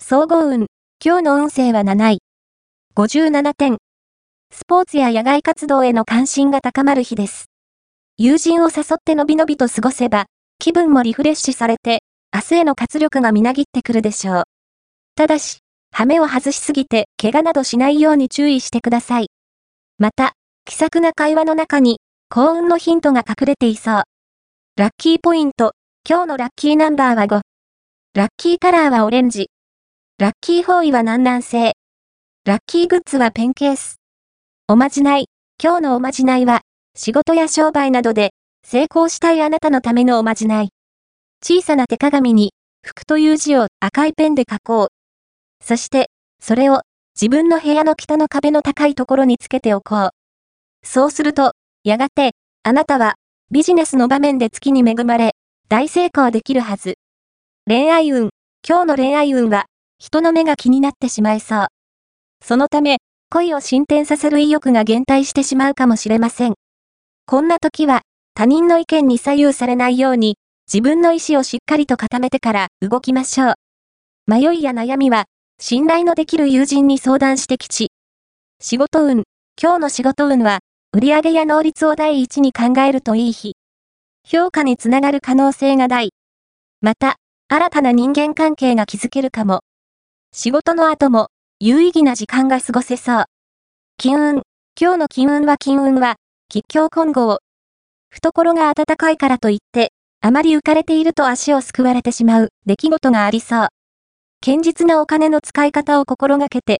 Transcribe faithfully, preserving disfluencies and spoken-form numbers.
総合運。今日の運勢はなない。ごじゅうななてん。スポーツや野外活動への関心が高まる日です。友人を誘ってのびのびと過ごせば、気分もリフレッシュされて、明日への活力がみなぎってくるでしょう。ただし、羽目を外しすぎて、怪我などしないように注意してください。また、気さくな会話の中に、幸運のヒントが隠れていそう。ラッキーポイント。今日のラッキーナンバーはご。ラッキーカラーはオレンジ。ラッキー方位は南南西。ラッキーグッズはペンケース。おまじない。今日のおまじないは、仕事や商売などで、成功したいあなたのためのおまじない。小さな手鏡に、福という字を赤いペンで書こう。そして、それを、自分の部屋の北の壁の高いところにつけておこう。そうすると、やがて、あなたは、ビジネスの場面で月に恵まれ、大成功できるはず。恋愛運。今日の恋愛運は、人の目が気になってしまいそう。そのため、恋を進展させる意欲が減退してしまうかもしれません。こんな時は、他人の意見に左右されないように、自分の意思をしっかりと固めてから動きましょう。迷いや悩みは、信頼のできる友人に相談して吉。仕事運。今日の仕事運は、売上や能率を第一に考えるといい日。評価につながる可能性が大。また、新たな人間関係が築けるかも。仕事の後も、有意義な時間が過ごせそう。金運。今日の金運は金運は、吉凶混合。懐が温かいからといって、あまり浮かれていると足をすくわれてしまう出来事がありそう。堅実なお金の使い方を心がけて、